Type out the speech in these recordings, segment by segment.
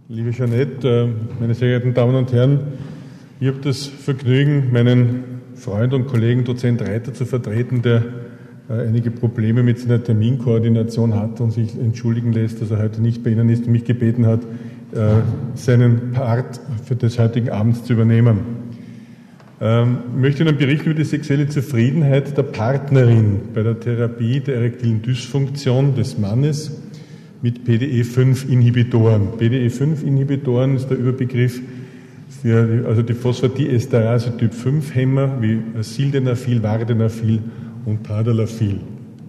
Liebe Jeanette, meine sehr geehrten Damen und Herren, ich habe das Vergnügen, meinen Freund und Kollegen Dozent Reiter zu vertreten, der einige Probleme mit seiner Terminkoordination hat und sich entschuldigen lässt, dass er heute nicht bei Ihnen ist und mich gebeten hat, seinen Part für des heutigen Abends zu übernehmen. Ich möchte Ihnen berichten über die sexuelle Zufriedenheit der Partnerin bei der Therapie der erektilen Dysfunktion des Mannes mit PDE5-Inhibitoren. PDE5-Inhibitoren ist der Überbegriff für die Phosphatidiesterase Typ 5-Hämmer wie Sildenafil, Vardenafil und Tadalafil.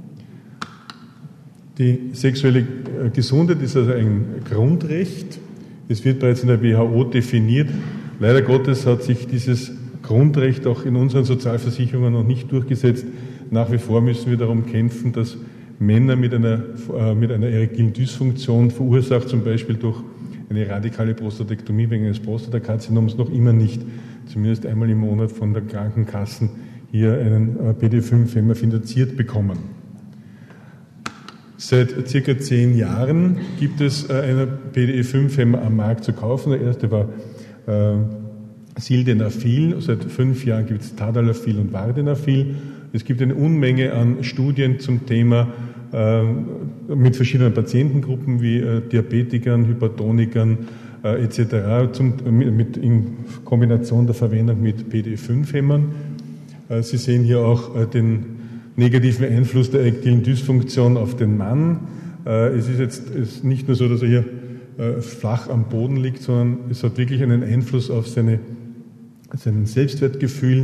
Die sexuelle Gesundheit ist also ein Grundrecht. Es wird bereits in der WHO definiert. Leider Gottes hat sich dieses Grundrecht auch in unseren Sozialversicherungen noch nicht durchgesetzt. Nach wie vor müssen wir darum kämpfen, dass Männer mit einer erektilen Dysfunktion, verursacht zum Beispiel durch eine radikale Prostatektomie wegen eines Prostatakarzinoms, noch immer nicht, zumindest einmal im Monat von der Krankenkassen, hier einen PD5-Hämmer finanziert bekommen. Seit circa 10 Jahren gibt es einen PDE5-Hämmer am Markt zu kaufen. Der erste war Sildenafil, seit 5 Jahren gibt es Tadalafil und Vardenafil. Es gibt eine Unmenge an Studien zum Thema mit verschiedenen Patientengruppen wie Diabetikern, Hypertonikern etc. In Kombination der Verwendung mit PDE5-Hämmern. Sie sehen hier auch den negativen Einfluss der erektilen Dysfunktion auf den Mann. Es ist jetzt nicht nur so, dass er hier flach am Boden liegt, sondern es hat wirklich einen Einfluss auf sein Selbstwertgefühl.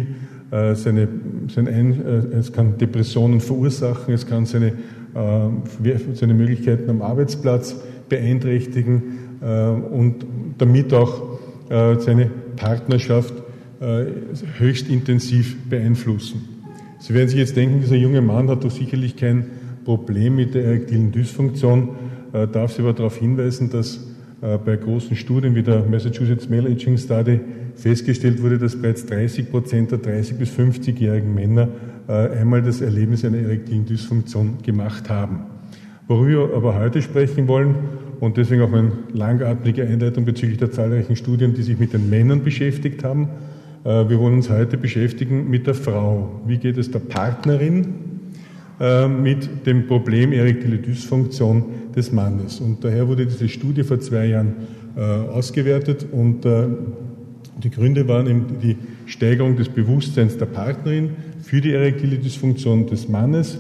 Es kann Depressionen verursachen, es kann seine Möglichkeiten am Arbeitsplatz beeinträchtigen und damit auch seine Partnerschaft höchst intensiv beeinflussen. Sie werden sich jetzt denken, dieser junge Mann hat doch sicherlich kein Problem mit der erektilen Dysfunktion, darf Sie aber darauf hinweisen, dass bei großen Studien wie der Massachusetts Male Aging Study festgestellt wurde, dass bereits 30% der 30- bis 50-jährigen Männer einmal das Erlebnis einer erektilen Dysfunktion gemacht haben. Worüber wir aber heute sprechen wollen, und deswegen auch eine langatmige Einleitung bezüglich der zahlreichen Studien, die sich mit den Männern beschäftigt haben. Wir wollen uns heute beschäftigen mit der Frau. Wie geht es der Partnerin mit dem Problem erektile Dysfunktion des Mannes? Und daher wurde diese Studie vor 2 Jahren ausgewertet und die Gründe waren eben die Steigerung des Bewusstseins der Partnerin für die erektile Dysfunktion des Mannes.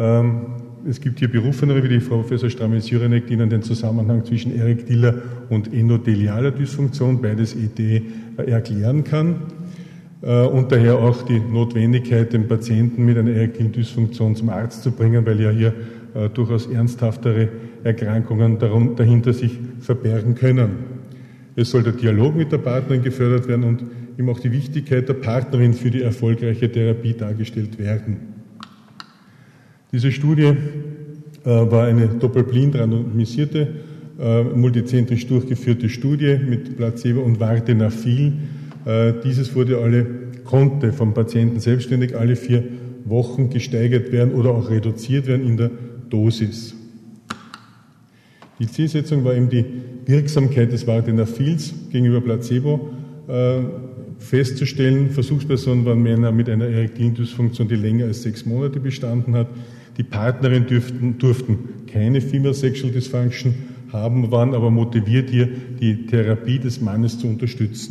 Es gibt hier Berufenere wie die Frau Professor Stramel-Syrenek, die Ihnen den Zusammenhang zwischen erektiler und endothelialer Dysfunktion, beides ED, erklären kann. Und daher auch die Notwendigkeit, den Patienten mit einer erektilen Dysfunktion zum Arzt zu bringen, weil ja hier durchaus ernsthaftere Erkrankungen dahinter sich verbergen können. Es soll der Dialog mit der Partnerin gefördert werden und ihm auch die Wichtigkeit der Partnerin für die erfolgreiche Therapie dargestellt werden. Diese Studie war eine doppelblind randomisierte, multizentrisch durchgeführte Studie mit Placebo und Vardenafil. Dieses konnte vom Patienten selbstständig alle 4 Wochen gesteigert werden oder auch reduziert werden in der Dosis. Die Zielsetzung war eben die Wirksamkeit des Vardenafils gegenüber Placebo festzustellen. Versuchspersonen waren Männer mit einer erektilen Dysfunktion, die länger als 6 Monate bestanden hat. Die Partnerin durften keine Female Sexual Dysfunction haben, waren aber motiviert, hier die Therapie des Mannes zu unterstützen.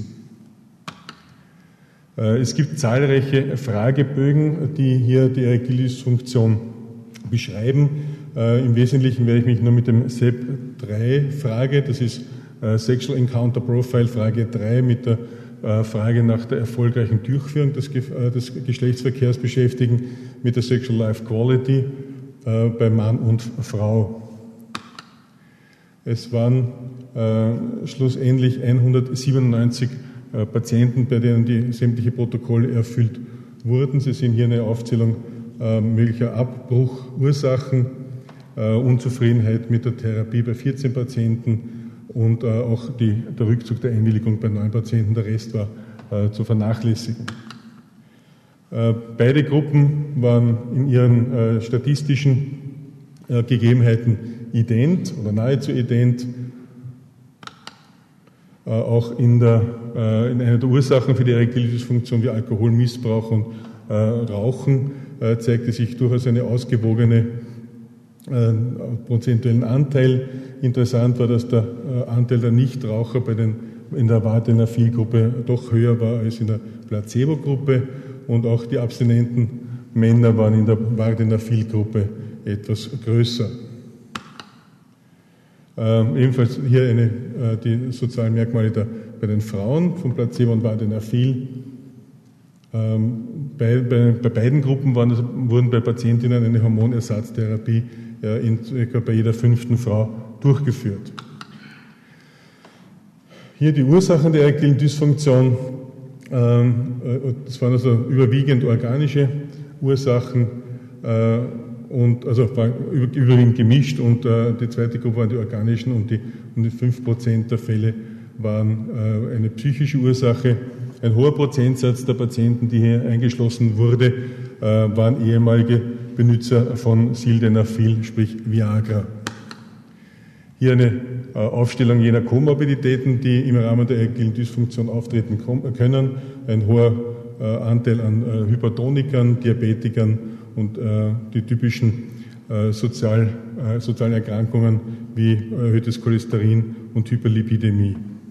Es gibt zahlreiche Fragebögen, die hier die erektile Dysfunktion beschreiben. Im Wesentlichen werde ich mich nur mit dem SEP3-Frage, das ist Sexual Encounter Profile Frage 3, mit der Frage nach der erfolgreichen Durchführung des Geschlechtsverkehrs beschäftigen, mit der Sexual Life Quality bei Mann und Frau. Es waren schlussendlich 197 Patienten, bei denen die sämtliche Protokolle erfüllt wurden. Sie sehen hier eine Aufzählung möglicher Abbruchursachen, Unzufriedenheit mit der Therapie bei 14 Patienten und auch der Rückzug der Einwilligung bei 9 Patienten. Der Rest war zu vernachlässigen. Beide Gruppen waren in ihren statistischen Gegebenheiten ident oder nahezu ident. auch in einer der Ursachen für die erektile Dysfunktion wie Alkoholmissbrauch und Rauchen zeigte sich durchaus eine ausgewogene prozentuellen Anteil. Interessant war, dass der Anteil der Nichtraucher in der Vardenafil-Gruppe doch höher war als in der Placebo-Gruppe und auch die abstinenten Männer waren in der Vardenafil-Gruppe etwas größer. Ebenfalls hier die sozialen Merkmale bei den Frauen von Placebo und Vardenafil. Bei beiden Gruppen wurden bei Patientinnen eine Hormonersatztherapie circa bei jeder 5. Frau durchgeführt. Hier die Ursachen der erektilen Dysfunktion. Das waren also überwiegend organische Ursachen war überwiegend gemischt und die zweite Gruppe waren die organischen und die 5% der Fälle waren eine psychische Ursache. Ein hoher Prozentsatz der Patienten, die hier eingeschlossen wurde, waren ehemalige Benutzer von Sildenafil, sprich Viagra. Hier eine Aufstellung jener Komorbiditäten, die im Rahmen der erektilen Dysfunktion auftreten können. Ein hoher Anteil an Hypertonikern, Diabetikern und die typischen sozialen Erkrankungen wie erhöhtes Cholesterin und Hyperlipidämie.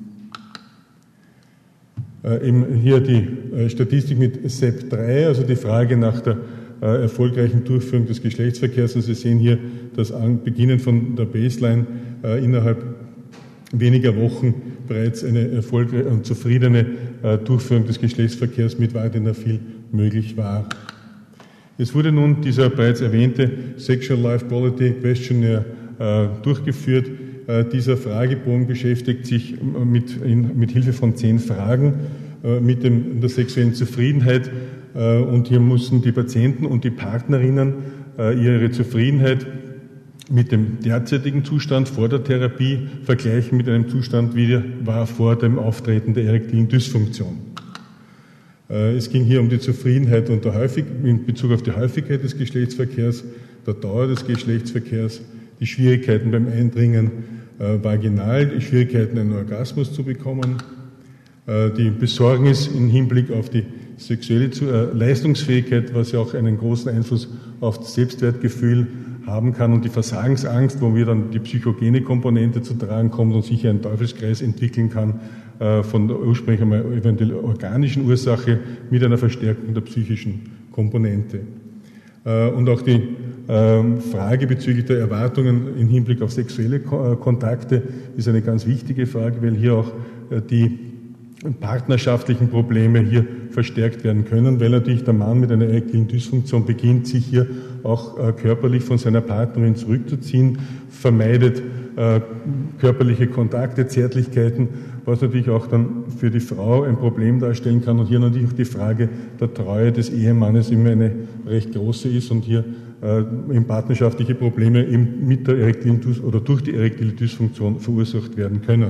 Hier die Statistik mit SEP3, also die Frage nach der erfolgreichen Durchführung des Geschlechtsverkehrs. Und Sie sehen hier, dass beginnend von der Baseline innerhalb weniger Wochen bereits eine erfolgreiche und zufriedene Durchführung des Geschlechtsverkehrs mit Vardenafil möglich war. Es wurde nun dieser bereits erwähnte Sexual Life Quality Questionnaire durchgeführt. Dieser Fragebogen beschäftigt sich mit Hilfe von 10 Fragen mit der sexuellen Zufriedenheit und hier mussten die Patienten und die Partnerinnen ihre Zufriedenheit mit dem derzeitigen Zustand vor der Therapie vergleichen mit einem Zustand, wie der war vor dem Auftreten der erektilen Dysfunktion. Es ging hier um die Zufriedenheit und in Bezug auf die Häufigkeit des Geschlechtsverkehrs, der Dauer des Geschlechtsverkehrs, die Schwierigkeiten beim Eindringen vaginal, die Schwierigkeiten, einen Orgasmus zu bekommen, die Besorgnis im Hinblick auf die sexuelle Leistungsfähigkeit, was ja auch einen großen Einfluss auf das Selbstwertgefühl haben kann, und die Versagensangst, wo wir dann die psychogene Komponente zu tragen kommt und sich ein Teufelskreis entwickeln kann von der ursprünglich einmal eventuell organischen Ursache mit einer Verstärkung der psychischen Komponente. Und auch die Frage bezüglich der Erwartungen im Hinblick auf sexuelle Kontakte ist eine ganz wichtige Frage, weil hier auch die partnerschaftlichen Probleme hier verstärkt werden können, weil natürlich der Mann mit einer erektilen Dysfunktion beginnt, sich hier auch körperlich von seiner Partnerin zurückzuziehen, vermeidet körperliche Kontakte, Zärtlichkeiten, was natürlich auch dann für die Frau ein Problem darstellen kann und hier natürlich auch die Frage der Treue des Ehemannes immer eine recht große ist und hier partnerschaftliche Probleme eben mit der erektilen oder durch die erektile Dysfunktion verursacht werden können.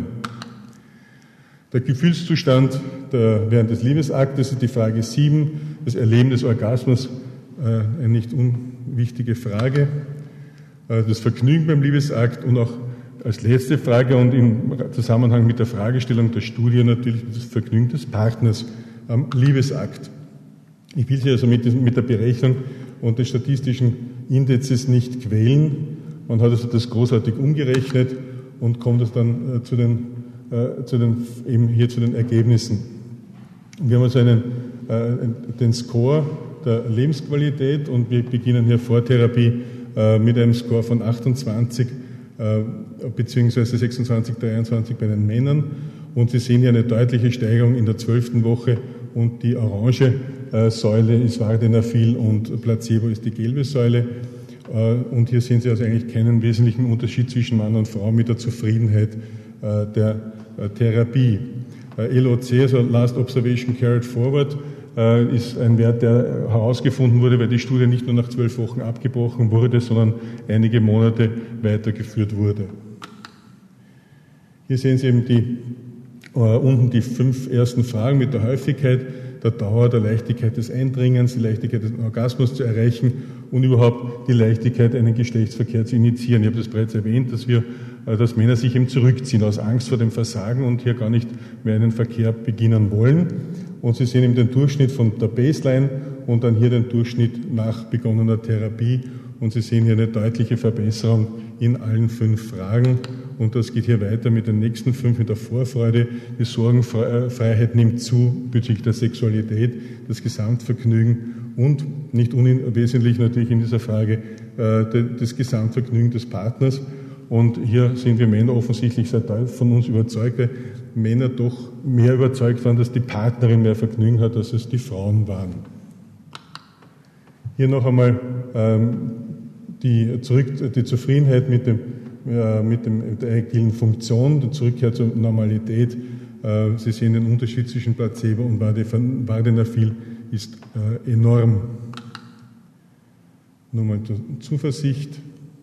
Der Gefühlszustand während des Liebesaktes ist die Frage 7, das Erleben des Orgasmus, eine nicht unwichtige Frage, das Vergnügen beim Liebesakt und auch als letzte Frage und im Zusammenhang mit der Fragestellung der Studie natürlich das Vergnügen des Partners am Liebesakt. Ich will Sie also mit der Berechnung und den statistischen Indizes nicht quälen. Man hat also das großartig umgerechnet und kommt es dann zu den Ergebnissen. Wir haben also den Score der Lebensqualität und wir beginnen hier vor Therapie mit einem Score von 28 bzw. 26, 23 bei den Männern und Sie sehen hier eine deutliche Steigerung in der 12. Woche und die orange Säule ist Vardenafil und Placebo ist die gelbe Säule und hier sehen Sie also eigentlich keinen wesentlichen Unterschied zwischen Mann und Frau mit der Zufriedenheit der Therapie. LOC, also Last Observation Carried Forward, ist ein Wert, der herausgefunden wurde, weil die Studie nicht nur nach 12 Wochen abgebrochen wurde, sondern einige Monate weitergeführt wurde. Hier sehen Sie eben unten die 5 ersten Fragen mit der Häufigkeit, der Dauer, der Leichtigkeit des Eindringens, die Leichtigkeit des Orgasmus zu erreichen und überhaupt die Leichtigkeit, einen Geschlechtsverkehr zu initiieren. Ich habe das bereits erwähnt, dass wir dass Männer sich eben zurückziehen aus Angst vor dem Versagen und hier gar nicht mehr einen Verkehr beginnen wollen. Und Sie sehen eben den Durchschnitt von der Baseline und dann hier den Durchschnitt nach begonnener Therapie. Und Sie sehen hier eine deutliche Verbesserung in allen 5 Fragen. Und das geht hier weiter mit den nächsten 5, mit der Vorfreude. Die Sorgenfreiheit nimmt zu bezüglich der Sexualität, das Gesamtvergnügen und nicht unwesentlich natürlich in dieser Frage das Gesamtvergnügen des Partners. Und hier sind wir Männer offensichtlich sehr von uns überzeugt, weil Männer doch mehr überzeugt waren, dass die Partnerin mehr Vergnügen hat, als es die Frauen waren. Hier noch einmal die Zufriedenheit mit der erektilen Funktion, die Zurückkehr zur Normalität. Sie sehen den Unterschied zwischen Placebo und Vardenafil ist enorm. Nur mal zur Zuversicht.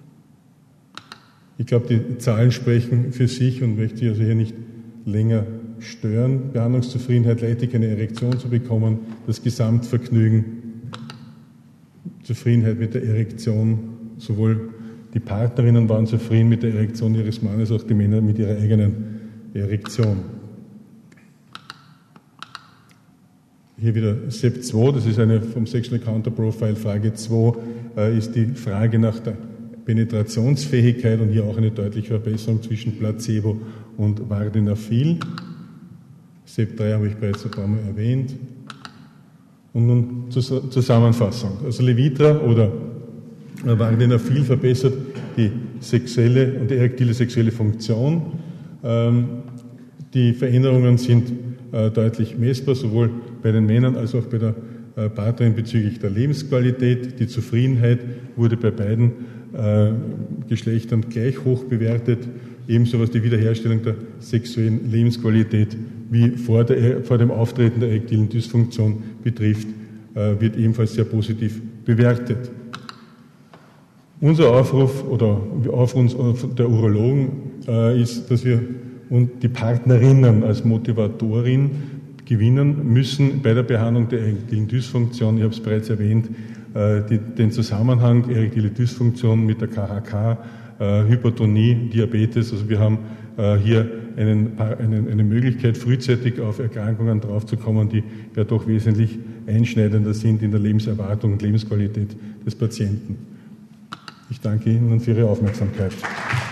Ich glaube, die Zahlen sprechen für sich und möchte Sie also hier nicht länger stören. Behandlungszufriedenheit, leichtig eine Erektion zu bekommen, das Gesamtvergnügen, Zufriedenheit mit der Erektion, sowohl die Partnerinnen waren zufrieden mit der Erektion ihres Mannes, auch die Männer mit ihrer eigenen Erektion. Hier wieder SEP 2, das ist eine vom Sexual Encounter Profile, Frage 2 ist die Frage nach der Penetrationsfähigkeit und hier auch eine deutliche Verbesserung zwischen Placebo und Vardenafil. SEP 3 habe ich bereits ein paar Mal erwähnt. Und nun zur Zusammenfassung. Also Levitra oder Vardenafil verbessert die sexuelle und die erektile sexuelle Funktion. Die Veränderungen sind deutlich messbar, sowohl bei den Männern als auch bei der Partnerin bezüglich der Lebensqualität. Die Zufriedenheit wurde bei beiden Geschlechtern gleich hoch bewertet, ebenso was die Wiederherstellung der sexuellen Lebensqualität wie vor dem Auftreten der erektilen Dysfunktion betrifft, wird ebenfalls sehr positiv bewertet. Unser Aufruf oder Aufruf der Urologen ist, dass wir die Partnerinnen als Motivatorin gewinnen müssen bei der Behandlung der erektilen Dysfunktion. Ich habe es bereits erwähnt, den Zusammenhang erektile Dysfunktion mit der KHK, Hypertonie, Diabetes. Also wir haben hier eine Möglichkeit, frühzeitig auf Erkrankungen draufzukommen, die ja doch wesentlich einschneidender sind in der Lebenserwartung und Lebensqualität des Patienten. Ich danke Ihnen für Ihre Aufmerksamkeit.